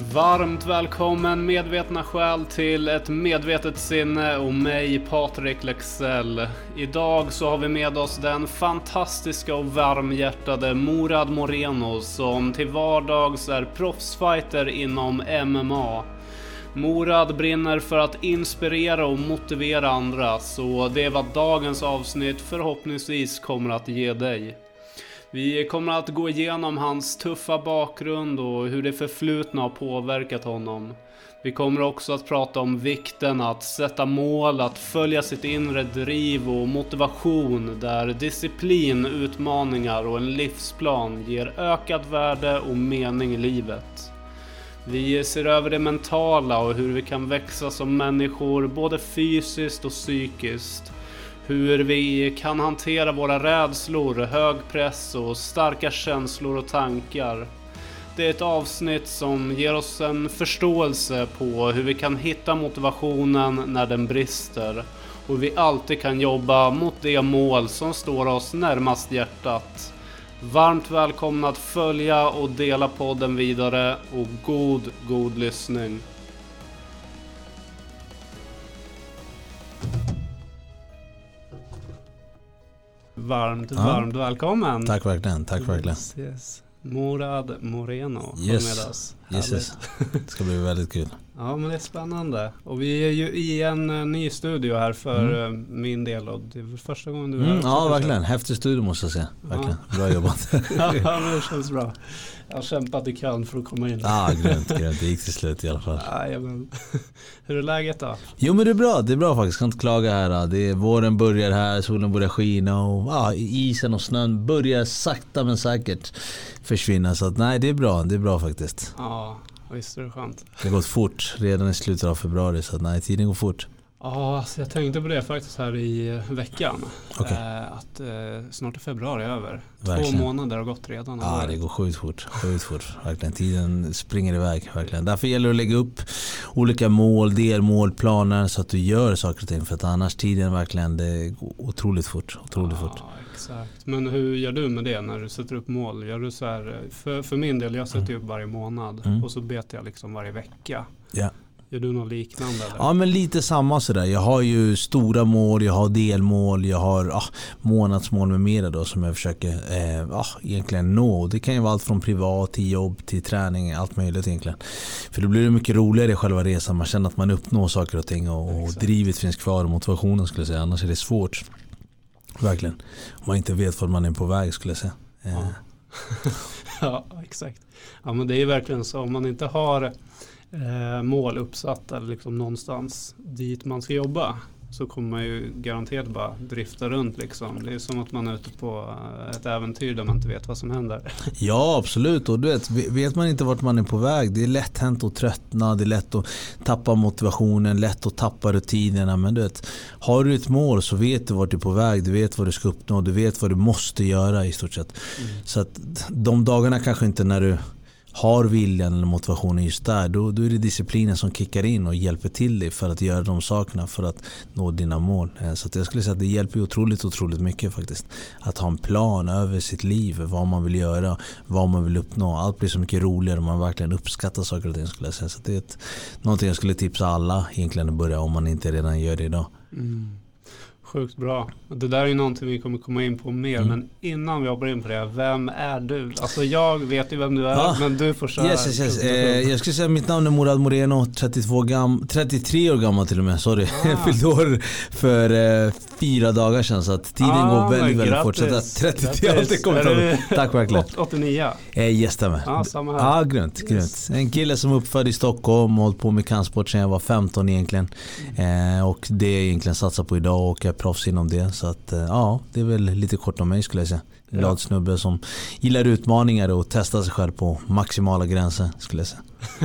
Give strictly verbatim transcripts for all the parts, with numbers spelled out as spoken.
Varmt välkommen medvetna själ till ett medvetet sinne och mig Patrik Lexell. Idag så har vi med oss den fantastiska och varmhjärtade Morad Moreno som till vardags är proffsfighter inom M M A. Morad brinner för att inspirera och motivera andra, så det är vad dagens avsnitt förhoppningsvis kommer att ge dig. Vi kommer att gå igenom hans tuffa bakgrund och hur det förflutna har påverkat honom. Vi kommer också att prata om vikten att sätta mål, att följa sitt inre driv och motivation där disciplin, utmaningar och en livsplan ger ökat värde och mening i livet. Vi ser över det mentala och hur vi kan växa som människor både fysiskt och psykiskt. Hur vi kan hantera våra rädslor, hög press och starka känslor och tankar. Det är ett avsnitt som ger oss en förståelse på hur vi kan hitta motivationen när den brister. Och hur vi alltid kan jobba mot det mål som står oss närmast hjärtat. Varmt välkomna att följa och dela podden vidare och god, god lyssning. Varmt, ja. varmt välkommen. Tack verkligen, tack verkligen. Yes, yes. Morad Moreno yes. med oss. Yes, yes. Det ska bli väldigt kul. Ja, men det är spännande. Och vi är ju i en uh, ny studio här för mm. uh, min del. Och det är första gången du är mm, här. Ja, verkligen. Häftig studio måste jag säga. Verkligen. Ja. Bra jobbat. Ja, men det känns bra. Jag har kämpat i kön för att komma in. Ja, grönt, grönt. Det gick till slut i alla fall. Ja, men. Hur är läget då? Jo, men det är bra. Det är bra faktiskt. Jag kan inte klaga här. Det är, våren börjar här, solen börjar skina och ja, isen och snön börjar sakta men säkert försvinna. Så att, nej, det är bra. Det är bra faktiskt. Ja, visst är det skönt. Det har gått fort redan i slutet av februari, så att, nej, tiden går fort. Ja, alltså jag tänkte på det faktiskt här i veckan. Okay. Eh, att eh, snart är februari över. Verkligen. Två månader har gått redan. Ja, det går sjukt fort. Sjukt fort. Verkligen. Tiden springer iväg. Verkligen. Därför gäller det att lägga upp olika mål, delmål, planer så att du gör saker och ting. För att annars tiden verkligen, det går otroligt fort. Otroligt ja, fort. Exakt. Men hur gör du med det när du sätter upp mål? Gör du så här, för, för min del, jag sätter mm. upp varje månad mm. och så betar jag liksom varje vecka. Ja. Gör du något liknande? Eller? Ja, men lite samma sådär. Jag har ju stora mål, jag har delmål, jag har ah, månadsmål med mera då som jag försöker eh, ah, egentligen nå. Det kan ju vara allt från privat till jobb till träning, allt möjligt egentligen. För då blir det mycket roligare i själva resan. Man känner att man uppnår saker och ting och, och drivet finns kvar och motivationen skulle jag säga. Annars är det svårt. Verkligen. Om man inte vet vart man är på väg skulle jag säga. Eh. Ja. Ja, exakt. Ja, men det är ju verkligen så. Om man inte har Eh, mål uppsatta liksom någonstans dit man ska jobba så kommer man ju garanterat bara drifta runt liksom. Det är som att man är ute på ett äventyr där man inte vet vad som händer. Ja, absolut. Och du vet, vet man inte vart man är på väg, det är lätt hänt att tröttna, det är lätt att tappa motivationen, lätt att tappa rutinerna. Men du vet, har du ett mål så vet du vart du är på väg, du vet vad du ska uppnå, du vet vad du måste göra i stort sett. Mm. Så att de dagarna kanske inte när du har viljan eller motivationen just där, då, då är det disciplinen som kickar in och hjälper till dig för att göra de sakerna för att nå dina mål. Så att jag skulle säga att det hjälper otroligt, otroligt mycket faktiskt. Att ha en plan över sitt liv, vad man vill göra, vad man vill uppnå. Allt blir så mycket roligare om man verkligen uppskattar saker och ting skulle jag säga. Så det är ett, någonting jag skulle tipsa alla egentligen att börja om man inte redan gör det idag. Mm. Sjukt bra. Det där är ju någonting vi kommer komma in på mer. Mm. Men innan vi hoppar in på det, vem är du? Alltså jag vet ju vem du är, ja. Men du får köra. Yes, yes, yes. Eh, jag skulle säga mitt namn är Morad Moreno, trettiotvå gam- trettiotre år gammal till och med. Sorry, ah. jag fyllde år för eh, fyra dagar sedan. Så att tiden ah, går väldigt, väldigt fort. trettiotre, alltid kommit av. Tack verkligen. åttionio Eh, yes, stämmer. Ja, ah, samma här. Ja, ah, grönt, grönt. Yes. En kille som är uppfödd i Stockholm och hållit på med kampsport sedan jag var femton egentligen. Eh, och det är egentligen satsar på idag och jag är proffs inom det. Så att ja, det är väl lite kort om mig skulle jag säga. Glad snubbe som gillar utmaningar och testar sig själv på maximala gränser skulle jag säga.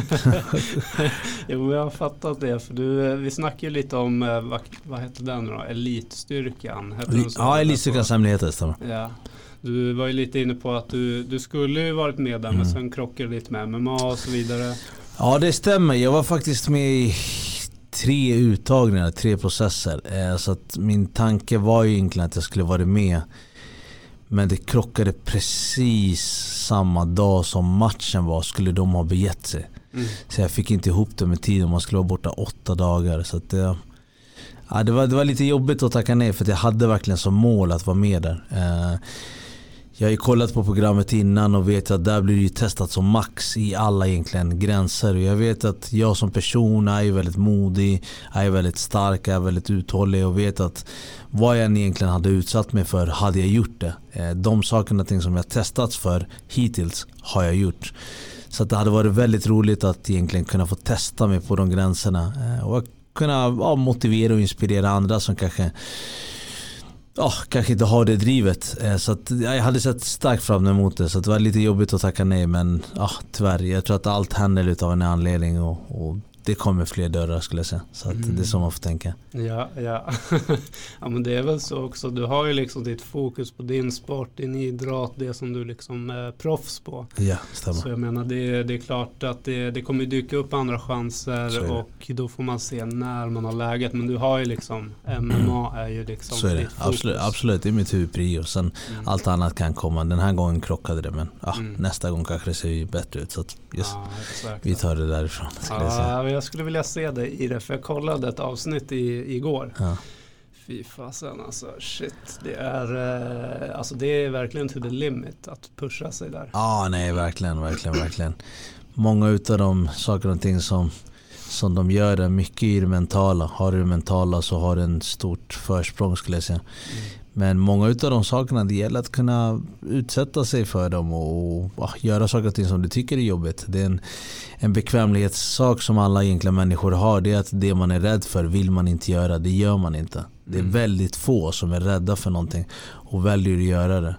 Jo, jag har fattat det. För du, vi snackade ju lite om, vad, vad heter den då? Elitstyrkan. Heter ja, Elitstyrkans hemligheter. Ja. Du var ju lite inne på att du, du skulle ju varit med där, mm. men sen krockade lite med M M A och så vidare. Ja, det stämmer. Jag var faktiskt med i tre uttagningar, tre processer. Så att min tanke var ju egentligen att jag skulle vara med. Men det krockade precis samma dag som matchen var, skulle de ha begett sig. Mm. Så jag fick inte ihop det med tiden. Man skulle vara borta åtta dagar. Så att det, ja, det, var, det var lite jobbigt att tacka nej, för att jag hade verkligen som mål att vara med där. Eh, jag har ju kollat på programmet innan och vet att där blir det ju testat som max i alla egentligen gränser. Och jag vet att jag som person är väldigt modig, är väldigt stark, är väldigt uthållig och vet att vad jag egentligen hade utsatt mig för hade jag gjort det. De sakerna ting som jag testats för hittills har jag gjort. Så att det hade varit väldigt roligt att egentligen kunna få testa mig på de gränserna och kunna ja, motivera och inspirera andra som kanske Ja, kanske inte har det drivet. Så att jag hade sett starkt fram emot det. Så det var lite jobbigt att tacka nej. Men ja, tyvärr, jag tror att allt händer utav en anledning. Och, och det kommer fler dörrar skulle jag säga. Så att mm. det är så man får tänka. Ja, ja. Ja, men det är väl så också. Du har ju liksom ditt fokus på din sport, din idrott, det som du liksom är proffs på. Ja, stämmer. Så jag menar, det, det är klart att det, det kommer dyka upp andra chanser och då får man se när man har läget. Men du har ju liksom, M M A är ju liksom så är det. ditt fokus. Absolut, absolut, det är mitt huvudprio. Sen mm. allt annat kan komma. Den här gången krockade det, men ja, mm. nästa gång kanske det ser ju bättre ut. Så att just, ja, vi tar det därifrån. Skulle ja, jag säga. Jag skulle vilja se dig i det, för jag kollade ett avsnitt i, igår. Ja. Fy fasen, alltså shit. Det är, eh, alltså det är verkligen to the limit att pusha sig där. Ja, nej, verkligen, verkligen, verkligen. Många utav de saker och ting som, som de gör är mycket i det mentala. Har du det mentala så har du en stort försprång skulle jag säga. Mm. Men många utav de sakerna, det gäller att kunna utsätta sig för dem och, och, och göra saker och ting som du tycker är jobbigt. Det är en, en bekvämlighetssak som alla egentligen människor har. Det är att det man är rädd för vill man inte göra, det gör man inte. Det är mm. väldigt få som är rädda för någonting och väljer att göra det.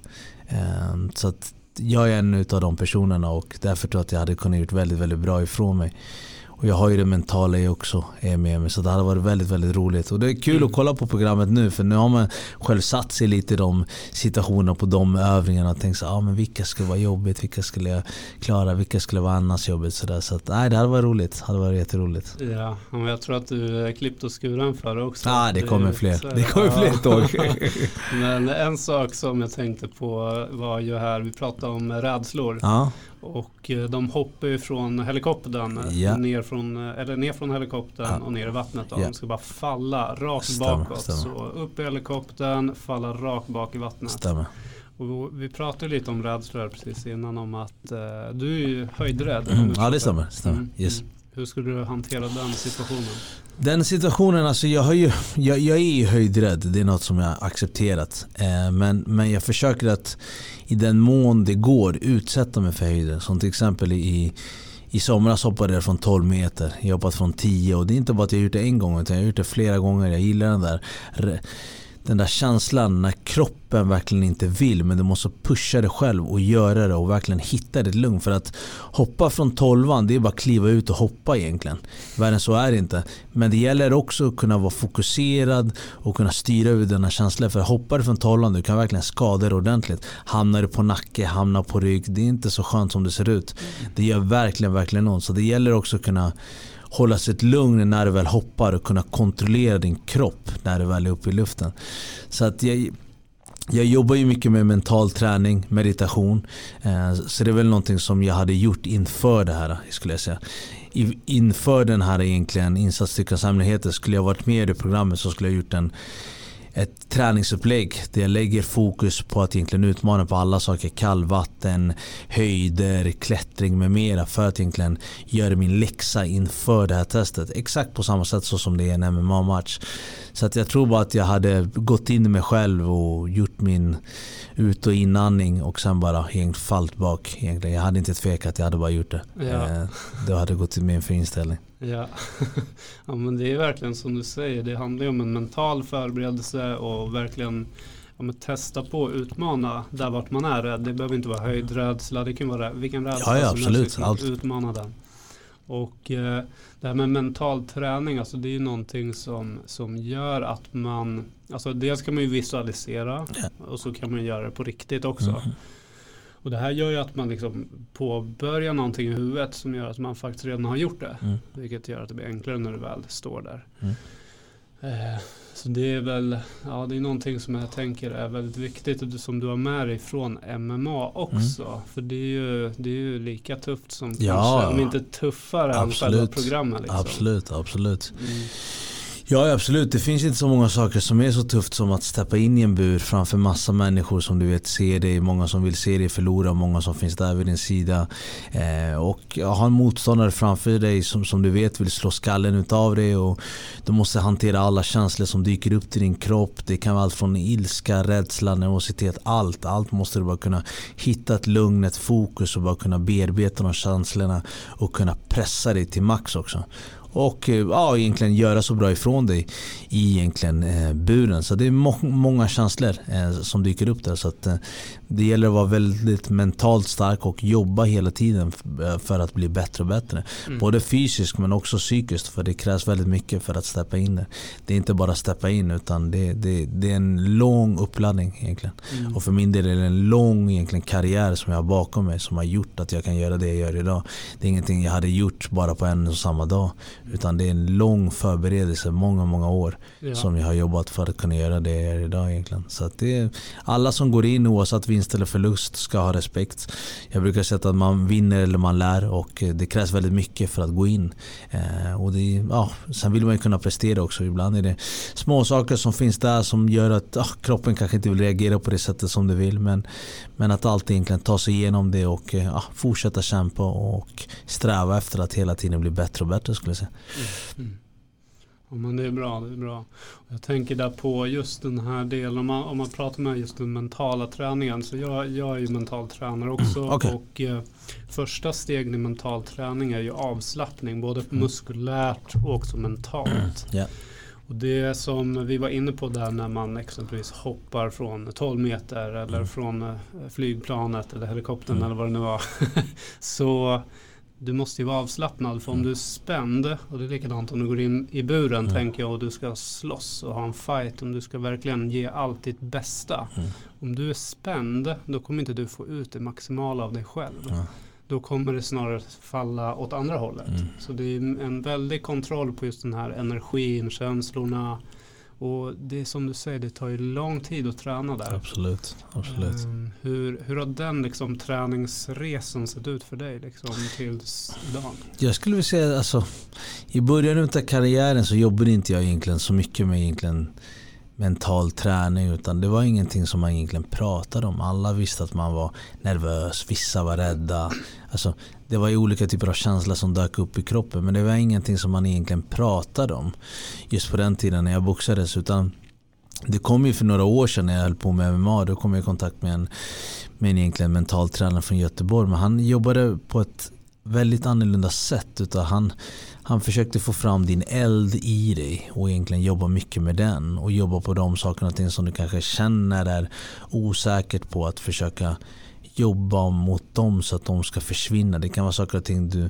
Um, så att jag är en utav de personerna och därför tror jag att jag hade kunnat gjort väldigt, väldigt bra ifrån mig. Och jag har ju det mentala i också är med mig. Så det hade varit väldigt, väldigt roligt. Och det är kul mm. att kolla på programmet nu. För nu har man själv satt sig lite i de situationerna på de övningarna. Och tänkt så, ah, men vilka skulle vara jobbigt? Vilka skulle jag klara? Vilka skulle vara annars jobbigt? Så, där. så att, nej, det hade varit roligt. Det hade varit jätteroligt. Ja, men jag tror att du klippt och skuren för det också. Ja, ah, det kommer det, fler. Så, det kommer ja. fler tåg. Men en sak som jag tänkte på var ju här. Vi pratade om rädslor. Ja. Och de hoppar ju från helikoptern ja. ner från eller ner från helikoptern ja. och ner i vattnet och ja. de ska bara falla rakt stämmer, bakåt. Stämmer. Så upp i helikoptern, falla rakt bak i vattnet. Stämmer. Och vi pratade lite om rädslor precis innan om att uh, du är ju höjdrädd. Mm. Ja, det stämmer. stämmer. Mm. Yes. Hur skulle du hantera den situationen? Den situationen, alltså jag, har ju, jag, jag är ju höjdrädd. Det är något som jag har accepterat. Eh, men, men jag försöker att i den mån det går utsätta mig för höjder. Som till exempel i, i somras hoppade jag från tolv meter. Jag har hoppat från tio. Och det är inte bara att jag har gjort det en gång, utan jag har gjort det flera gånger. Jag gillar den där... Den där känslan när kroppen verkligen inte vill, men du måste pusha dig själv och göra det och verkligen hitta ditt lugn. För att hoppa från tolvan, det är bara att kliva ut och hoppa egentligen. Världen så är det inte. Men det gäller också att kunna vara fokuserad och kunna styra över den här känslan. För hoppar du från tolvan, du kan verkligen skada dig ordentligt. Hamnar du på nacke, hamnar på rygg, det är inte så skönt som det ser ut. Det gör verkligen, verkligen ont. Så det gäller också att kunna hålla sitt lugn när du väl hoppar och kunna kontrollera din kropp när du väl är uppe i luften. Så att jag, jag jobbar ju mycket med mental träning, meditation. Så det är väl någonting som jag hade gjort inför det här, skulle jag säga. Inför den här egentligen insatsstyrkans hemligheter skulle jag varit med i programmet, så skulle jag gjort en ett träningsupplägg där jag lägger fokus på att egentligen utmana på alla saker, kallvatten, höjder, klättring med mera, för att egentligen göra min läxa inför det här testet. Exakt på samma sätt så som det är en M M A-match. Så att jag tror bara att jag hade gått in i mig själv och gjort min ut- och inandning och sen bara egentligen fallit bak. Egentligen. Jag hade inte tvekat, jag hade bara gjort det. Ja. Det hade gått in med en för inställning. Ja. Ja, men det är verkligen som du säger, det handlar ju om en mental förberedelse och verkligen om att testa på att utmana där vart man är rädd. Det behöver inte vara höjdrädsla, det kan vara vilken rädsla ja, ja, som absolut. helst, Allt. utmana den. Och eh, det här med mental träning, alltså det är ju någonting som, som gör att man, alltså det ska man ju visualisera ja. och så kan man göra det på riktigt också. Mm. Och det här gör ju att man liksom påbörjar någonting i huvudet som gör att man faktiskt redan har gjort det. Mm. Vilket gör att det blir enklare när du väl står där. Mm. Eh, så det är väl, ja det är någonting som jag tänker är väldigt viktigt och som du har med dig från M M A också. Mm. För det är ju, det är ju lika tufft som ja, kanske, om inte tuffare än själva programmet. Liksom. Absolut, absolut. Mm. Ja, absolut. Det finns inte så många saker som är så tufft som att steppa in i en bur framför massa människor som du vet ser dig. Många som vill se dig förlora, många som finns där vid din sida. Eh, och ha en motståndare framför dig som, som du vet vill slå skallen utav dig. Och du måste hantera alla känslor som dyker upp till din kropp. Det kan vara allt från ilska, rädsla, nervositet, allt. Allt måste du bara kunna hitta ett lugn, ett fokus och bara kunna bearbeta de känslorna och kunna pressa dig till max också. Och ja, egentligen göra så bra ifrån dig i egentligen eh, buren. Så det är må- många känslor eh, som dyker upp där. Så att, eh, det gäller att vara väldigt mentalt stark och jobba hela tiden f- för att bli bättre och bättre. Mm. Både fysiskt men också psykiskt, för det krävs väldigt mycket för att steppa in där. Det är inte bara steppa in, utan det, det, det är en lång uppladdning egentligen. Mm. Och för min del är det en lång egentligen karriär som jag har bakom mig som har gjort att jag kan göra det jag gör idag. Det är ingenting jag hade gjort bara på en och samma dag. Utan det är en lång förberedelse, många, många år ja. som jag har jobbat för att kunna göra det jag gör idag egentligen. Så att det är, alla som går in oavsett vinst eller förlust ska ha respekt. Jag brukar säga att man vinner eller man lär, och det krävs väldigt mycket för att gå in. Eh, och det, ja, sen vill man ju kunna prestera också. Ibland är det små saker som finns där som gör att ah, kroppen kanske inte vill reagera på det sättet som du vill. Men, men att alltid egentligen ta sig igenom det och ah, fortsätta kämpa och sträva efter att hela tiden bli bättre och bättre, skulle jag säga. Mm. Mm. Ja, men det är bra, det är bra. Jag tänker där på just den här delen, om man, om man pratar med just den mentala träningen, så jag, jag är ju mental tränare också. Mm. Okay. Och eh, första stegen i mental träning är ju avslappning, både mm. muskulärt och också mentalt. Mm. Yeah. Och det som vi var inne på där, när man exempelvis hoppar från tolv meter eller mm. från eh, flygplanet eller helikoptern mm. eller vad det nu var, så du måste ju vara avslappnad, för om mm. du är spänd, och det är likadant om du går in i buren mm. tänker jag, och du ska slåss och ha en fight, om du ska verkligen ge allt ditt bästa. Mm. Om du är spänd, då kommer inte du få ut det maximala av dig själv. Mm. Då kommer det snarare falla åt andra hållet. Mm. Så det är en väldig kontroll på just den här energin, känslorna. Och det är som du säger, det tar ju lång tid att träna där. Absolut, absolut. Um, hur, hur har den liksom, träningsresan sett ut för dig liksom, tills idag? Jag skulle vilja säga, alltså, i början av karriären så jobbade inte jag egentligen så mycket med egentligen mental träning, utan det var ingenting som man egentligen pratade om. Alla visste att man var nervös, vissa var rädda. Alltså, det var ju olika typer av känslor som dök upp i kroppen, men det var ingenting som man egentligen pratade om just på den tiden när jag boxades. Utan det kom ju för några år sedan när jag höll på med M M A, då kom jag i kontakt med en, med en egentligen mental tränare från Göteborg, men han jobbade på ett väldigt annorlunda sätt. Utan han, han försökte få fram din eld i dig och egentligen jobba mycket med den och jobba på de sakerna och ting som du kanske känner är osäkert på, att försöka jobba mot dem så att de ska försvinna. Det kan vara saker och ting du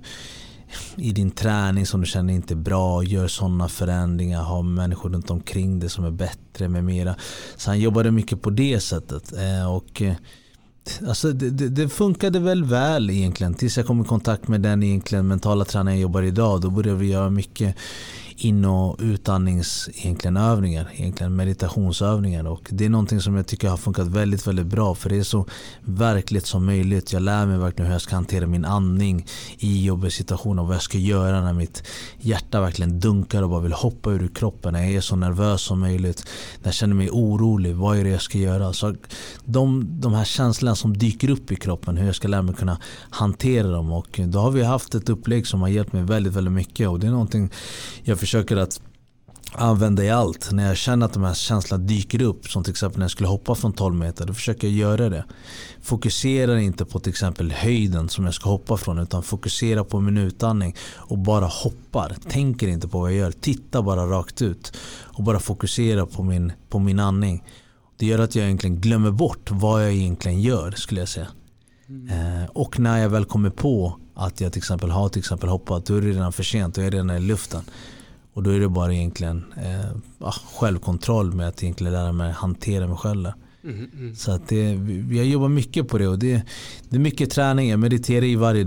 i din träning som du känner inte är bra, gör sådana förändringar, ha människor runt omkring dig som är bättre med mera. Så han jobbade mycket på det sättet, och alltså det, det, det funkade väl väl egentligen tills jag kom i kontakt med den egentligen mentala tränaren jag jobbar idag. Då började vi göra mycket in- och utandnings egentligen övningar, egentligen meditationsövningar, och det är någonting som jag tycker har funkat väldigt, väldigt bra, för det är så verkligt som möjligt. Jag lär mig verkligen hur jag ska hantera min andning i jobbiga situationer, vad jag ska göra när mitt hjärta verkligen dunkar och bara vill hoppa ur kroppen, när jag är så nervös som möjligt, när jag känner mig orolig, vad är det jag ska göra? Så de, de här känslorna som dyker upp i kroppen, hur jag ska lära mig kunna hantera dem, och då har vi haft ett upplägg som har hjälpt mig väldigt, väldigt mycket, och det är någonting jag försöker att använda i allt. När jag känner att de här känslorna dyker upp, som till exempel när jag skulle hoppa från tolv meter, då försöker jag göra det. Fokusera inte på till exempel höjden som jag ska hoppa från, utan fokusera på min utandning och bara hoppar. Tänker inte på vad jag gör, titta bara rakt ut och bara fokusera på min, på min andning. Det gör att jag egentligen glömmer bort vad jag egentligen gör, skulle jag säga. Mm. Eh, och när jag väl kommer på att jag till exempel har till exempel hoppat, då är det redan för sent, då är det redan i luften. Och då är det bara egentligen eh, ah, självkontroll med att egentligen lära mig hantera mig själv. Mm, mm. Så att det, jag jobbar mycket på det, och det, det är mycket träning. Jag mediterar i varje dag.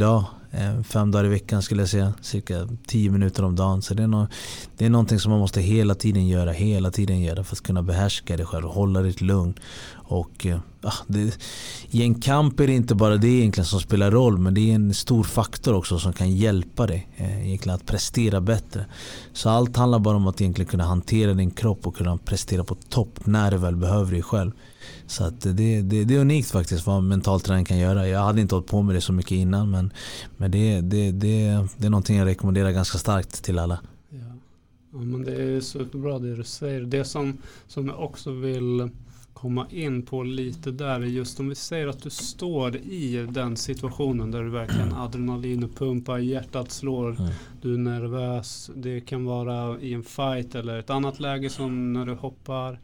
Fem dagar i veckan skulle jag säga. Cirka tio minuter om dagen. Så det är, no- det är någonting som man måste hela tiden göra. Hela tiden göra för att kunna behärska det själv. Hålla ditt lugn. Och ja, det, i en kamp är det inte bara det egentligen som spelar roll. Men det är en stor faktor också som kan hjälpa dig eh, egentligen att prestera bättre. Så allt handlar bara om att egentligen kunna hantera din kropp och kunna prestera på topp när du väl behöver dig själv. Så att det, det, det är unikt faktiskt vad mental träning kan göra. Jag hade inte hållit på med det så mycket innan. Men, men det, det, det, det är någonting jag rekommenderar ganska starkt till alla. Ja, ja men det är superbra det du säger. Det som, som jag också vill komma in på lite där är just om vi säger att du står i den situationen där du verkligen adrenalin pumpar, hjärtat slår, mm. du är nervös. Det kan vara i en fight eller ett annat läge som när du hoppar.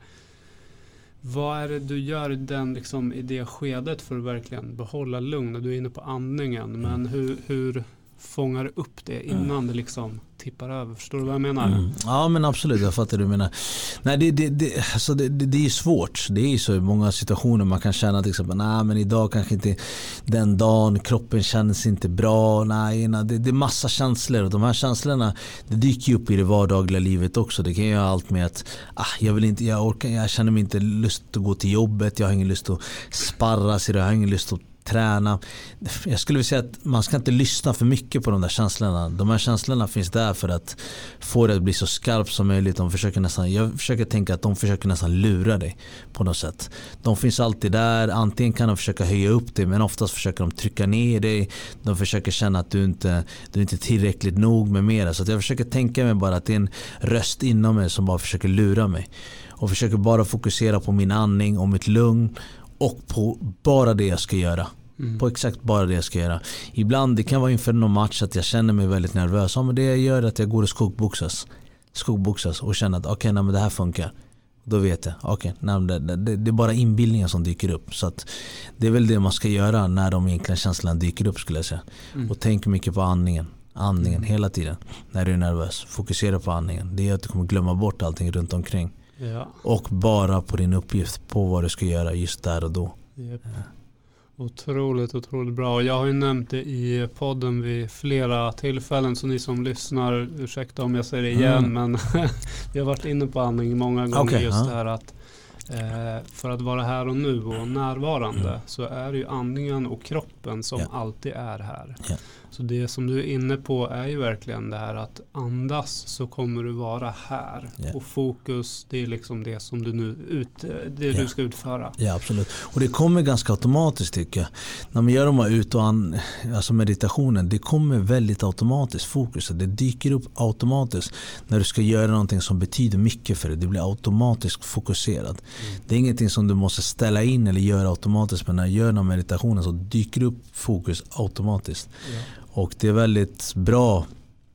Vad är det du gör i, den, liksom, i det skedet för att verkligen behålla lugn när du är inne på andningen? Men hur, hur fångar du upp det innan mm. det liksom tippar över? Förstår du vad jag menar? Mm. Ja men absolut, jag fattar vad du menar. Nej, det, det, det, alltså det, det, det är svårt. Det är så i många situationer man kan känna till exempel, nej men idag kanske inte den dagen, kroppen känns inte bra. Nej, nej det, det är massa känslor och de här känslorna det dyker upp i det vardagliga livet också. Det kan göra allt med att ah, jag vill inte, jag orkar, jag känner mig inte lust att gå till jobbet, jag har ingen lust att sparra sig, jag har ingen lust att träna. Jag skulle vilja säga att man ska inte lyssna för mycket på de där känslorna. De här känslorna finns där för att få det att bli så skarpt som möjligt. De försöker nästan, jag försöker tänka att de försöker nästan lura dig på något sätt. De finns alltid där. Antingen kan de försöka höja upp dig, men oftast försöker de trycka ner dig. De försöker känna att du inte, du inte är tillräckligt nog med mera. Så att jag försöker tänka mig bara att det är en röst inom mig som bara försöker lura mig. Och försöker bara fokusera på min andning och mitt lugn. Och på bara det jag ska göra. Mm. På exakt bara det jag ska göra. Ibland det kan vara inför någon match att jag känner mig väldigt nervös. Ja, men det jag gör är att jag går och skuggboxas. Skuggboxas och känner att okej, okay, det här funkar. Då vet jag, okej, okay, det, det, det är bara inbildningen som dyker upp. Så att det är väl det man ska göra när de egentligen känslorna dyker upp skulle jag säga. Mm. Och tänk mycket på andningen. Andningen mm. hela tiden. När du är nervös. Fokusera på andningen. Det är att du kommer glömma bort allting runt omkring. Ja. Och bara på din uppgift på vad du ska göra just där och då. Yep. Ja. Otroligt, otroligt bra. Jag har ju nämnt det i podden vid flera tillfällen, så ni som lyssnar, ursäkta om jag säger det igen, mm. men vi har varit inne på andning många gånger okay, just ja. det här att eh, för att vara här och nu och närvarande mm. så är det ju andningen och kroppen som yeah. alltid är här. Yeah. Så det som du är inne på är ju verkligen det här att andas så kommer du vara här. Yeah. Och fokus, det är liksom det som du nu ut, det yeah. du ska utföra. Ja, absolut. Och det kommer ganska automatiskt tycker jag. När man gör de här ut och an, alltså meditationen, det kommer väldigt automatiskt fokus. Det dyker upp automatiskt när du ska göra någonting som betyder mycket för dig. Det blir automatiskt fokuserad. Mm. Det är ingenting som du måste ställa in eller göra automatiskt, men när du gör den här meditationen så dyker upp fokus automatiskt. Yeah. Och det är väldigt bra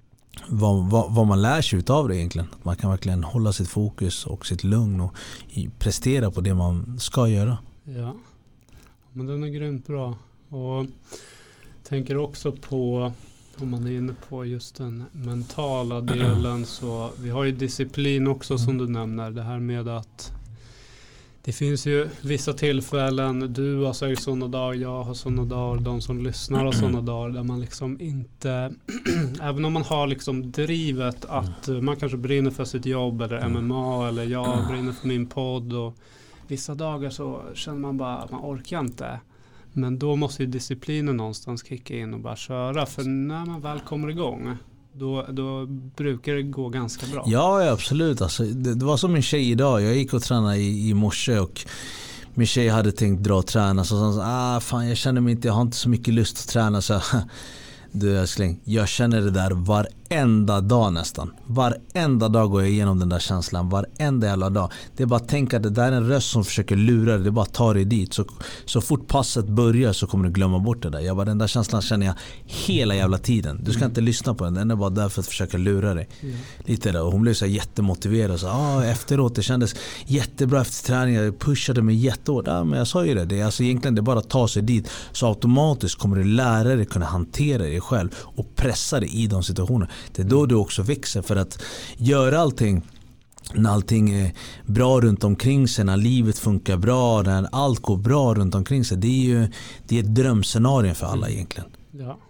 vad, vad, vad man lär sig av det egentligen. Man kan verkligen hålla sitt fokus och sitt lugn och prestera på det man ska göra. Ja, men den är grymt bra. Och tänker också på, om man är inne på just den mentala delen, så vi har ju disciplin också som du nämner. Det här med att det finns ju vissa tillfällen, du har säkert sådana dagar, jag har sådana dagar, de som lyssnar har sådana dagar där man liksom inte, även om man har liksom drivet att man kanske brinner för sitt jobb eller M M A eller jag brinner för min podd, och vissa dagar så känner man bara att man orkar inte. Men då måste ju disciplinen någonstans kicka in och bara köra, för när man väl kommer igång Då, då brukar det gå ganska bra. Ja, absolut. Alltså, det, det var som min tjej idag. Jag gick och tränade i, i morse och min tjej hade tänkt dra och träna. Så sa ah, fan, jag känner mig inte, jag har inte så mycket lust att träna. Så du älskling, jag känner det där varenda dag nästan. Varenda dag går jag igenom den där känslan. Varenda jävla dag. Det är bara att tänka att det där är en röst som försöker lura dig. Det är bara att ta dig dit. Så, så fort passet börjar så kommer du glömma bort det där. Jag bara, den där känslan känner jag hela jävla tiden. Du ska mm. inte lyssna på den. Den är bara där för att försöka lura dig. Mm. Lite där. Och hon blev så jättemotiverad. Så, ah, efteråt, det kändes jättebra efter träningen. Jag pushade mig jättehårt. Ja, men jag sa ju det. Det är, alltså, egentligen det är bara att ta sig dit. Så automatiskt kommer du lära dig kunna hantera dig själv och pressa dig i de situationerna. Det är då du också växer, för att göra allting när allting är bra runt omkring sig, när livet funkar bra, när allt går bra runt omkring sig. Det är ju det är ett drömscenario för alla egentligen. Ja.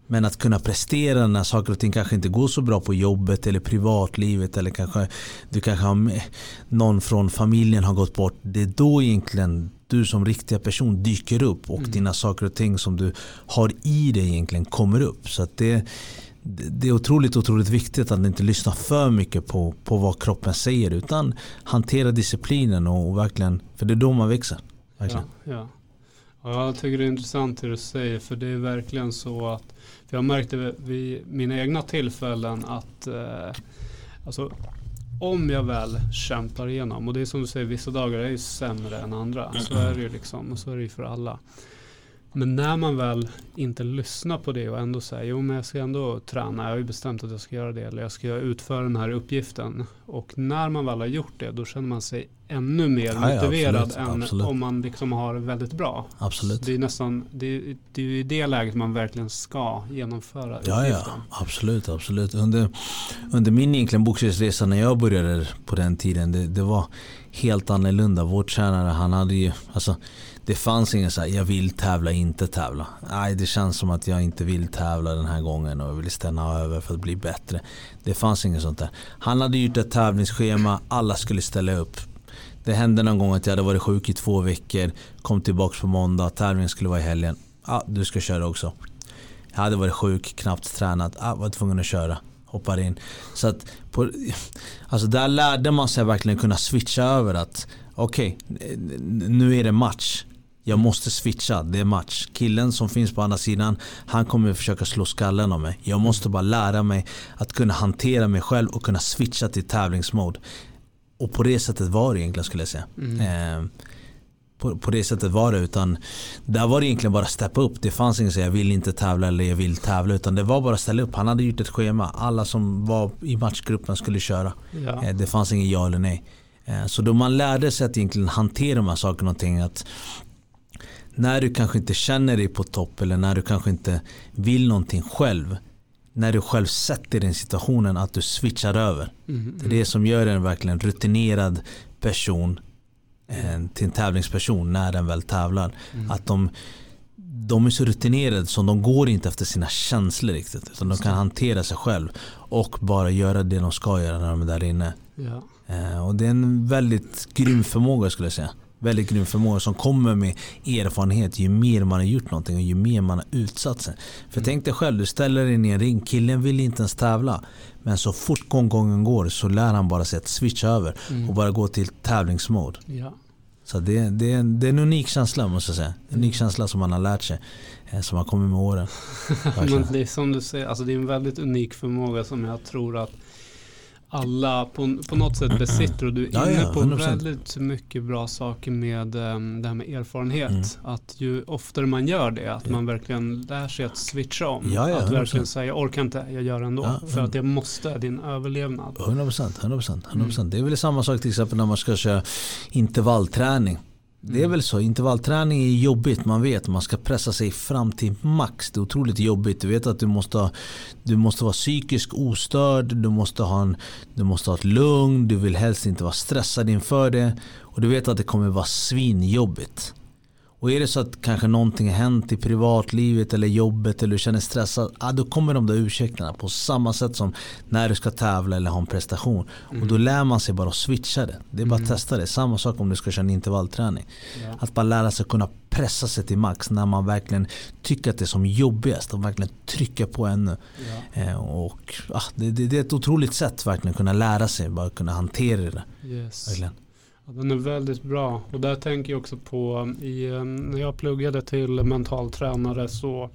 Men att kunna prestera när saker och ting kanske inte går så bra på jobbet eller privatlivet, eller kanske du kanske har med, någon från familjen har gått bort, det är då egentligen du som riktiga person dyker upp och mm. dina saker och ting som du har i dig egentligen kommer upp. Så att det, det är otroligt, otroligt viktigt att inte lyssna för mycket på, på vad kroppen säger, utan hantera disciplinen och, och verkligen, för det är då man växer. Verkligen. Ja, ja. Ja, jag tycker det är intressant det du säger, för det är verkligen så att, för jag märkte vid mina egna tillfällen att eh, alltså, om jag väl kämpar igenom, och det är som du säger, vissa dagar är ju sämre än andra, så är det ju liksom, och så är det ju för alla. Men när man väl inte lyssnar på det och ändå säger, jo men jag ska ändå träna, jag har ju bestämt att jag ska göra det, eller jag ska utföra den här uppgiften. Och när man väl har gjort det, då känner man sig ännu mer ja, motiverad ja, absolut, än absolut. Om man liksom har väldigt bra. Absolut. Det är nästan, det, det är ju i det läget man verkligen ska genomföra ja, uppgiften. Ja, absolut, absolut. Under, under min egentligen boxningsresa när jag började på den tiden, det, det var helt annorlunda. Vår tränare, han hade ju, alltså det fanns ingen så här, jag vill tävla, inte tävla. Nej, det känns som att jag inte vill tävla den här gången och jag vill stanna över för att bli bättre. Det fanns inget sånt där. Han hade gjort ett tävlingsschema, alla skulle ställa upp. Det hände någon gång att jag hade varit sjuk i två veckor, kom tillbaka på måndag, tävlingen skulle vara i helgen. Ja, du ska köra också. Jag hade varit sjuk, knappt tränat, ja, var tvungen att köra. Hoppar in. Så att på, alltså där lärde man sig verkligen kunna switcha över att okej, okay, nu är det match. Jag måste switcha, det är match. Killen som finns på andra sidan, han kommer försöka slå skallen av mig. Jag måste bara lära mig att kunna hantera mig själv och kunna switcha till tävlingsmode. Och på det sättet var det egentligen, skulle jag säga. Mm. Eh, på, på det sättet var det, utan där var det egentligen bara steppa upp. Det fanns inget så jag vill inte tävla eller jag vill tävla, utan det var bara ställa upp. Han hade gjort ett schema. Alla som var i matchgruppen skulle köra. Ja. Eh, det fanns ingen ja eller nej. Eh, så då man lärde sig att egentligen hantera de här sakerna, någonting att när du kanske inte känner dig på topp eller när du kanske inte vill någonting själv, när du själv sätter den situationen att du switchar över. Mm, det är det som gör en verkligen rutinerad person eh, till en tävlingsperson när den väl tävlar. Mm. Att de, de är så rutinerade så de går inte efter sina känslor riktigt, utan de kan hantera sig själv och bara göra det de ska göra när de är där inne. Ja. Eh, och det är en väldigt grym förmåga, skulle jag säga. Väldigt grym förmåga som kommer med erfarenhet ju mer man har gjort någonting och ju mer man har utsatt sig. För mm. tänk dig själv, du ställer dig ner i en ring, killen vill inte ens tävla, men så fort gången går så lär han bara sig att switcha över mm. och bara gå till tävlingsmode. Ja. Så det, det, är en, det är en unik känsla, måste jag säga. En unik känsla som man har lärt sig, som har kommit med åren. Men det är som du säger, alltså det är en väldigt unik förmåga som jag tror att alla på, på något sätt besitter, och du är ja, inne ja, på väldigt mycket bra saker med um, det här med erfarenhet. Mm. Att ju oftare man gör det, att ja. man verkligen lär sig att switcha om. Ja, ja, att verkligen säga, jag orkar inte, jag gör ändå. Ja, för att jag måste, din överlevnad. hundra procent, hundra procent, hundra procent. Mm. Det är väl samma sak till exempel när man ska köra intervallträning. Det är väl så, intervallträning är jobbigt, man vet, man ska pressa sig fram till max, det är otroligt jobbigt. Du vet att du måste, du måste vara psykisk ostörd, du måste, ha en, du måste ha ett lugn, du vill helst inte vara stressad inför det, och du vet att det kommer vara svinjobbigt. Och är det så att kanske någonting har hänt i privatlivet eller jobbet eller du känner stressad, ah, då kommer de där ursäkterna på samma sätt som när du ska tävla eller ha en prestation. Mm. Och då lär man sig bara att switcha det. Det är bara mm. att testa det. Samma sak om du ska köra en intervallträning. Ja. Att bara lära sig kunna pressa sig till max när man verkligen tycker att det är som jobbigast och verkligen trycka på ännu. Ja. Eh, och ah, det, det, det är ett otroligt sätt verkligen kunna lära sig, bara kunna hantera det. Yes. Verkligen. Ja, den är väldigt bra, och där tänker jag också på i, när jag pluggade till mental tränare så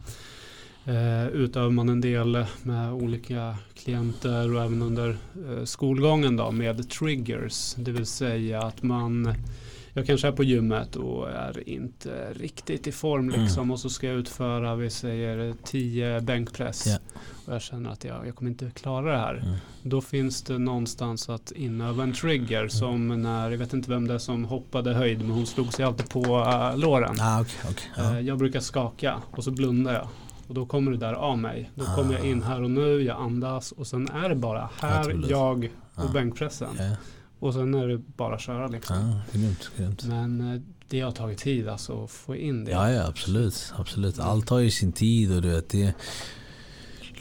eh, utövar man en del med olika klienter och även under eh, skolgången då, med triggers, det vill säga att man, jag kanske är på gymmet och är inte riktigt i form liksom, mm. och så ska jag utföra, vi säger tio bänkpress. Yeah. Och jag känner att jag, jag kommer inte klara det här. Mm. Då finns det någonstans att inöva en trigger mm. som när, jag vet inte vem det är som hoppade höjd, men hon slog sig alltid på uh, låren. Ah, okay, okay. Uh. Uh, jag brukar skaka och så blundar jag. Och då kommer det där av mig. Då ah. kommer jag in här och nu, jag andas och sen är det bara här, jag och ah. bänkpressen. Yeah. Och sen är det bara att köra liksom. Ah, grymt, grymt. Men det har tagit tid alltså att få in det. Ja, ja, absolut. absolut. Allt har ju sin tid och du vet, det,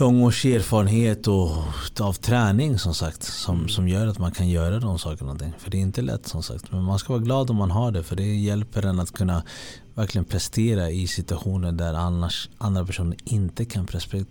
lång års erfarenhet och av träning som sagt som, som gör att man kan göra de sakerna. För det är inte lätt som sagt, men man ska vara glad om man har det, för det hjälper en att kunna verkligen prestera i situationer där annars andra personer inte kan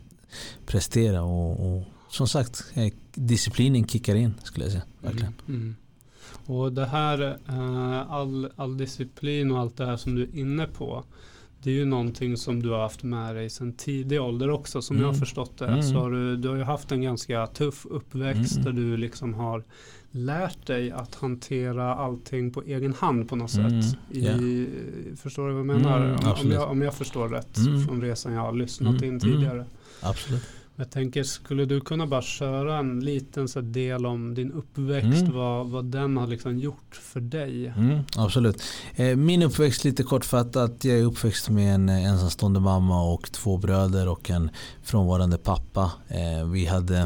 prestera och, och som sagt disciplinen kickar in, skulle jag säga verkligen. Mm. Mm. Och det här all, all disciplin och allt det här som du är inne på, det är ju någonting som du har haft med dig sedan tidig ålder också, som mm. jag har förstått det. Mm. Så har du, du har ju haft en ganska tuff uppväxt mm. där du liksom har lärt dig att hantera allting på egen hand på något mm. sätt. I, yeah. Förstår du vad jag menar? Mm, om, om, jag, om jag förstår rätt mm. från resan jag har lyssnat mm. in tidigare. Mm. Absolut. Jag tänker, skulle du kunna bara köra en liten så del om din uppväxt, mm. vad, vad den har liksom gjort för dig? Mm, absolut. Eh, min uppväxt, lite kortfattat, jag är uppväxt med en ensamstående mamma och två bröder och en frånvarande pappa. Eh, vi hade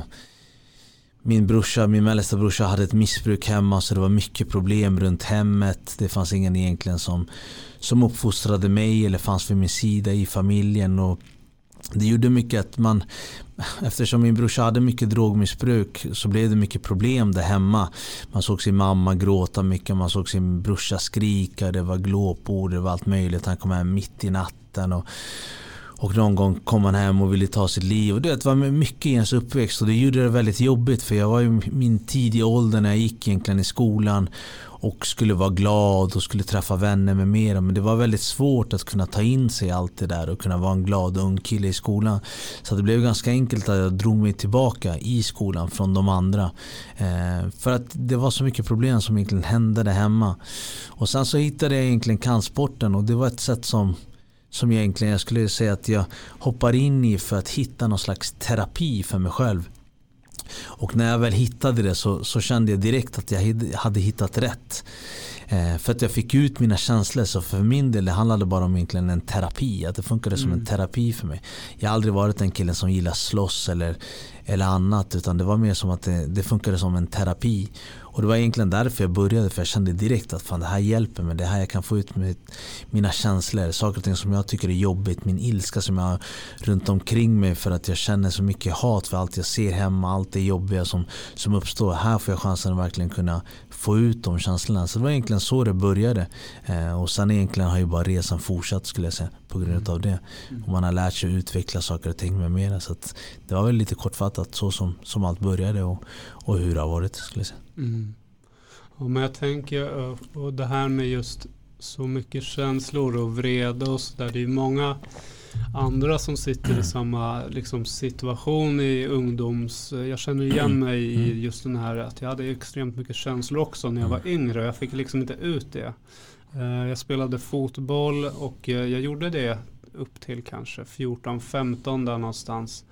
min brorsa, min mellersta brorsa hade ett missbruk hemma, så det var mycket problem runt hemmet. Det fanns ingen egentligen som, som uppfostrade mig eller fanns vid min sida i familjen, och det gjorde mycket att man, eftersom min brorsa hade mycket drogmissbruk, så blev det mycket problem där hemma. Man såg sin mamma gråta mycket, man såg sin brorsa skrika, det var glåpord, det var allt möjligt. Han kom hem mitt i natten och, och någon gång kom han hem och ville ta sitt liv. Och det var mycket i ens uppväxt, och det gjorde det väldigt jobbigt, för jag var i min tidiga ålder när jag gick egentligen i skolan och skulle vara glad och skulle träffa vänner med mera. Men det var väldigt svårt att kunna ta in sig allt det där och kunna vara en glad ung kille i skolan. Så det blev ganska enkelt att jag drog mig tillbaka i skolan från de andra. Eh, för att det var så mycket problem som egentligen hände där hemma. Och sen så hittade jag egentligen kampsporten, och det var ett sätt som som jag egentligen, jag skulle säga att jag hoppar in i för att hitta någon slags terapi för mig själv. Och när jag väl hittade det så, så kände jag direkt att jag hade hittat rätt. Eh, för att jag fick ut mina känslor. Så för min del, det handlade bara om egentligen en terapi. Att det funkade som mm. en terapi för mig. Jag har aldrig varit en kille som gillar slåss eller, eller annat. Utan det var mer som att det, det funkade som en terapi. Och det var egentligen därför jag började. För jag kände direkt att fan, det här hjälper mig. Det här jag kan få ut med mina känslor. Saker och ting som jag tycker är jobbigt. Min ilska som jag har runt omkring mig. För att jag känner så mycket hat för allt jag ser hemma. Allt det jobbiga som, som uppstår. Här får jag chansen att verkligen kunna få ut de känslorna. Så det var egentligen så det började. Eh, och sen egentligen har ju bara resan fortsatt, skulle jag säga, på grund av det. Och man har lärt sig att utveckla saker och ting med mera. Så att det var väl lite kortfattat så som, som allt började och, och hur det har varit, skulle jag säga. Mm. Ja, men jag tänker, och det här med just så mycket känslor och vrede och så där, det är många andra som sitter i samma liksom, situation i ungdoms... Jag känner igen mig i just den här att jag hade extremt mycket känslor också när jag var yngre. Jag fick liksom inte ut det. Jag spelade fotboll och jag gjorde det upp till kanske fjorton femton där någonstans.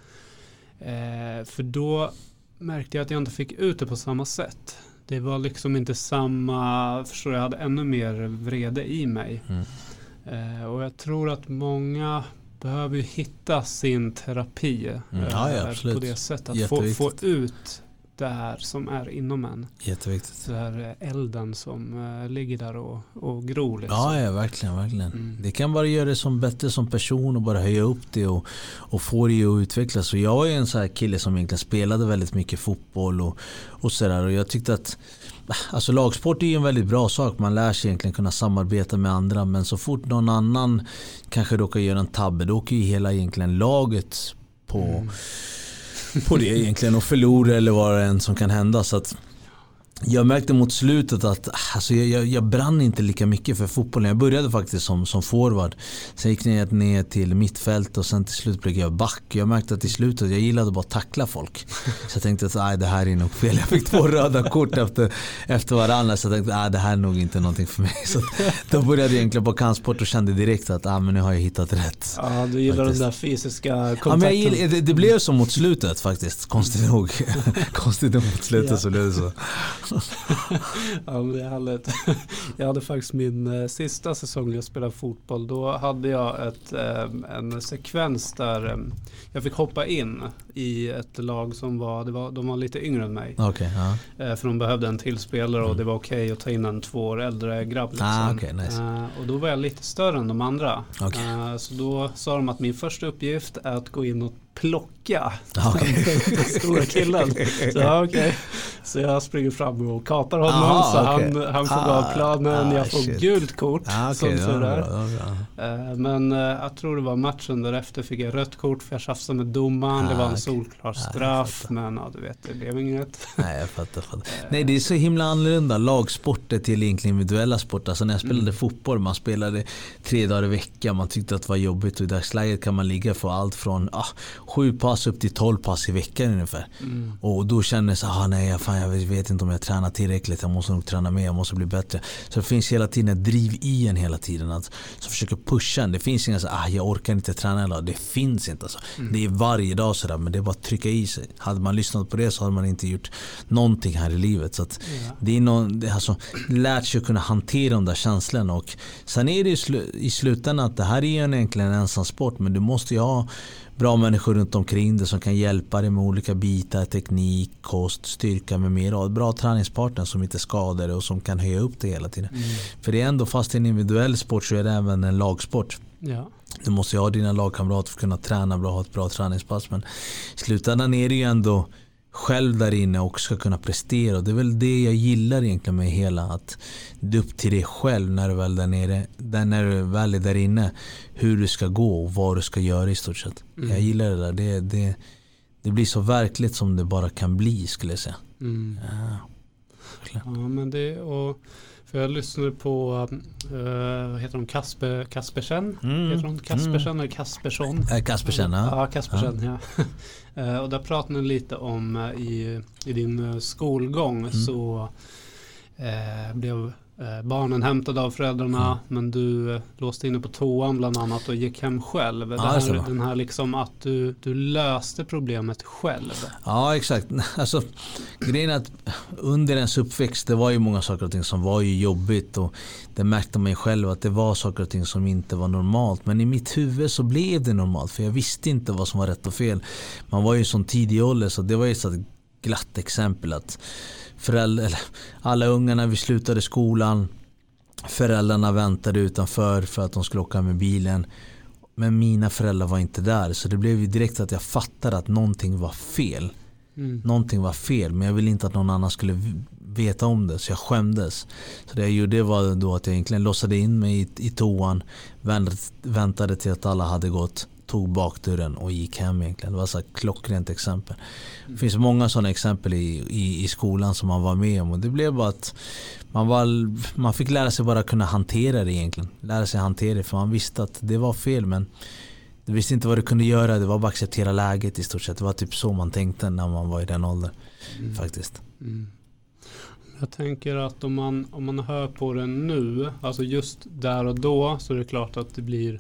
För då märkte jag att jag inte fick ut det på samma sätt. Det var liksom inte samma... Förstår jag, hade ännu mer vrede i mig. Mm. Och jag tror att många behöver ju hitta sin terapi mm. ja, ja, på det sättet. Att få, få ut det här som är inom en. Jätteviktigt. Det här elden som uh, ligger där och, och gror. Liksom. Ja, ja, verkligen. verkligen. Mm. Det kan bara göra det som bättre som person och bara höja upp det och, och få det att utvecklas. Så jag är en sån här kille som egentligen spelade väldigt mycket fotboll och, och sådär. Och jag tyckte att alltså lagsport är ju en väldigt bra sak. Man lär sig egentligen kunna samarbeta med andra. Men så fort någon annan kanske råkar göra en tabbe, då åker ju hela egentligen laget på, mm. på det egentligen och förlora eller vad det än som kan hända. Så att jag märkte mot slutet att alltså jag, jag, jag brann inte lika mycket för fotbollen. Jag började faktiskt som, som forward. Sen gick jag ner till mittfält och sen till slut blev jag back. Jag märkte att i slutet jag gillade bara att tackla folk. Så jag tänkte att nej, det här är nog fel. Jag fick två röda kort efter, efter varandra. Så jag tänkte att det här är nog inte någonting för mig. Så då började jag egentligen på kampsport och kände direkt att ah, men nu har jag hittat rätt. Ja, du gillar faktiskt den där fysiska kontakten. Ja, men jag gillar, det, det blev så mot slutet faktiskt. Konstigt nog. Konstigt nog mot slutet ja. Så blev det så. Ja, det är härligt. Jag hade faktiskt min eh, sista säsong när jag spelade fotboll. Då hade jag ett, eh, en sekvens där eh, jag fick hoppa in i ett lag som var, det var de var lite yngre än mig. Okay, ja. eh, för de behövde en tillspelare och mm. det var okej okay att ta in en två år äldre grabb. Liksom. Ah, okay, nice. eh, och då var jag lite större än de andra. Okay. Eh, så då sa de att min första uppgift är att gå in och plocka Okay. den stora killen. Så ja, okay. Så jag springer fram och kapar honom. Aha, så okay. han, han får ah, gå planen. Ah, jag får shit. gult kort. Ah, okay. som ja, ja, ja. Men jag tror det var matchen därefter fick jag rött kort för jag tjafsade med domaren. Ah, det var en solklar okay. straff. Ah, men ja, du vet, det blev inget. Nej, jag fattar. fattar. Nej, det är så himla annorlunda. Lagsportet till egentligen individuella sport. Alltså när jag spelade mm. fotboll, man spelade tre dagar i veckan. Man tyckte att det var jobbigt och i dagsläget kan man ligga för allt från ah, sju pass upp till tolv pass i veckan ungefär. Mm. Och då kändes ah, nej, fan, jag vet inte om jag tränar tillräckligt. Jag måste nog träna mer, jag måste bli bättre. Så det finns hela tiden ett driv i en hela tiden. Alltså, som försöker pusha en. Det finns inga så ah, jag orkar inte träna idag. Det finns inte. Alltså. Mm. Det är varje dag sådär, men det är bara att trycka i sig. Hade man lyssnat på det så hade man inte gjort någonting här i livet. Så att ja. det är någon, det, alltså, lärt sig att kunna hantera de där känslorna. Och sen är det i, slu, i slutändan att det här är ju egentligen en ensam sport, men du måste ju ha bra människor runt omkring dig som kan hjälpa dig med olika bitar, teknik, kost, styrka med mer. Och bra träningspartner som inte skadar dig och som kan höja upp det hela tiden. Mm. För det är ändå, fast i en individuell sport så är det även en lagsport. Ja. Du måste ha dina lagkamrater för att kunna träna bra och ha ett bra träningspass. Men i slutändan är det ju ändå själv där inne och ska kunna prestera. Och det är väl det jag gillar egentligen med hela, att det är upp till dig själv när du väl där nere, där när du väl är där inne, hur du ska gå och vad du ska göra i stort sett. Mm. Jag gillar det där. Det, det, det blir så verkligt som det bara kan bli, skulle jag säga. Mm. Ja, ja, men det, och för jag lyssnade på uh, vad heter de? Kasper, Kaspersen? Mm. Heter de Kaspersen mm. eller Kaspersson? Äh, Kaspersen, ja. Ja, Kaspersen, ja. ja. uh, och där pratade ni lite om uh, i, i din uh, skolgång mm. så uh, blev uh, barnen hämtade av föräldrarna mm. men du uh, låste inne på toan bland annat och gick hem själv. Ja, det här, den här liksom att du, du löste problemet själv. Ja, exakt. Alltså, grejen är att under ens uppväxt, det var ju många saker och ting som var ju jobbigt, och det märkte man själv att det var saker och ting som inte var normalt. Men i mitt huvud så blev det normalt, för jag visste inte vad som var rätt och fel. Man var ju som tidig ålder, så det var ju ett glatt exempel att föräldrar, eller alla ungarna, vi slutade skolan, föräldrarna väntade utanför för att de skulle åka med bilen. Men mina föräldrar var inte där, så det blev ju direkt att jag fattade att någonting var fel. Mm. Någonting var fel, men jag ville inte att någon annan skulle veta om det, så jag skämdes. Så det jag gjorde var då att jag egentligen låsade in mig i, i toan, väntade till att alla hade gått, tog bakdörren och gick hem egentligen. Det var så ett klockrent exempel. Det finns många sådana exempel i, i, i skolan som man var med om, och det blev bara att man, var, man fick lära sig bara kunna hantera det egentligen. Lära sig hantera det, för man visste att det var fel, men du visste inte vad du kunde göra. Det var bara att acceptera läget i stort sett. Det var typ så man tänkte när man var i den åldern mm. faktiskt. Mm. Jag tänker att om man, om man hör på det nu, alltså just där och då, så är det klart att det blir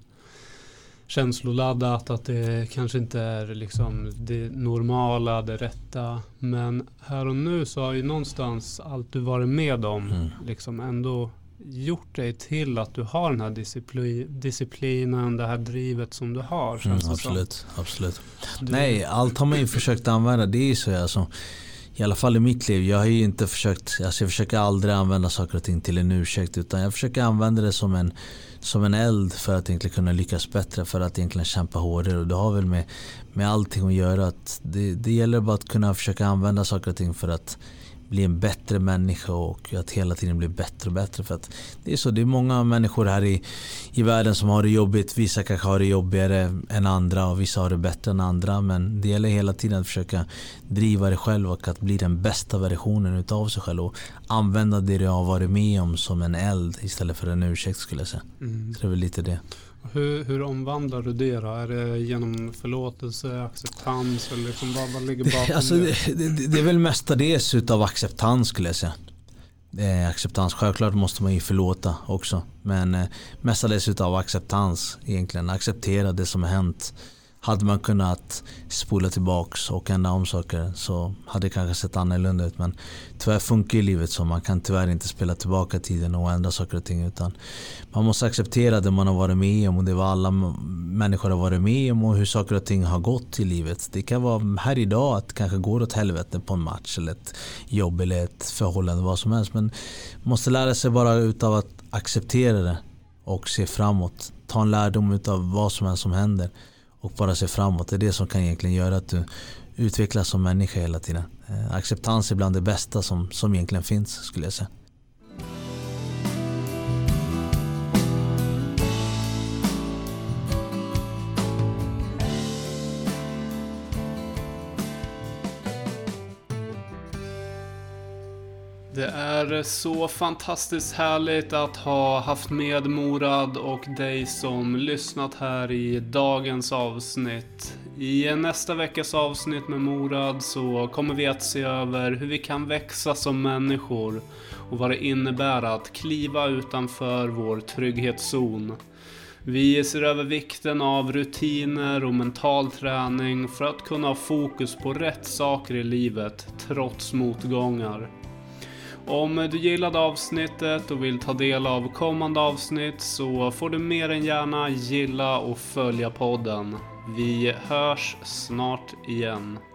känsloladdat, att det kanske inte är liksom det normala, det rätta. Men här och nu så har ju någonstans allt du varit med om mm. liksom ändå gjort dig till att du har den här disciplin, disciplinen, det här drivet som du har. Mm, absolut, så. absolut. Du... Nej, allt har man ju försökt använda. Det är ju så, alltså, i alla fall i mitt liv. Jag har ju inte försökt, alltså jag försöker aldrig använda saker och ting till en ursäkt, utan jag försöker använda det som en som en eld för att egentligen kunna lyckas bättre, för att egentligen kämpa hårdare. Och det har väl med, med allting att göra, att det, det gäller bara att kunna försöka använda saker och ting för att bli en bättre människa, och att hela tiden bli bättre och bättre. För att det är så, det är många människor här i, i världen som har det jobbigt. Vissa kanske har det jobbigare än andra, och vissa har det bättre än andra. Men det gäller hela tiden att försöka driva det själv och att bli den bästa versionen utav sig själv, och använda det du har varit med om som en eld istället för en ursäkt, skulle jag säga. Mm. Så det är väl lite det. Hur, hur omvandlar du det då? Är det genom förlåtelse, acceptans, eller liksom vad, vad ligger bakom alltså, det? Det, det är väl mestadels utav acceptans, skulle jag säga. Eh, acceptans, självklart måste man ju förlåta också, men eh, mestadels utav acceptans egentligen. Acceptera det som har hänt. Hade man kunnat spola tillbaks och ändra om saker, så hade det kanske sett annorlunda ut. Men tyvärr funkar i livet så. Man kan tyvärr inte spela tillbaka tiden och ändra saker och ting, utan man måste acceptera det man har varit med om, och det var alla människor har varit med om, och hur saker och ting har gått i livet. Det kan vara här idag att kanske går åt helvete på en match eller ett jobb eller ett förhållande, vad som helst. Men man måste lära sig bara utav att acceptera det och se framåt. Ta en lärdom utav vad som helst som händer. och bara se framåt. Det är det som kan egentligen göra att du utvecklas som människa hela tiden. Eh, acceptans är bland det bästa som, som egentligen finns, skulle jag säga. Det är så fantastiskt härligt att ha haft med Morad och dig som lyssnat här i dagens avsnitt. I nästa veckas avsnitt med Morad så kommer vi att se över hur vi kan växa som människor och vad det innebär att kliva utanför vår trygghetszon. Vi ser över vikten av rutiner och mental träning för att kunna ha fokus på rätt saker i livet trots motgångar. Om du gillade avsnittet och vill ta del av kommande avsnitt så får du mer än gärna gilla och följa podden. Vi hörs snart igen.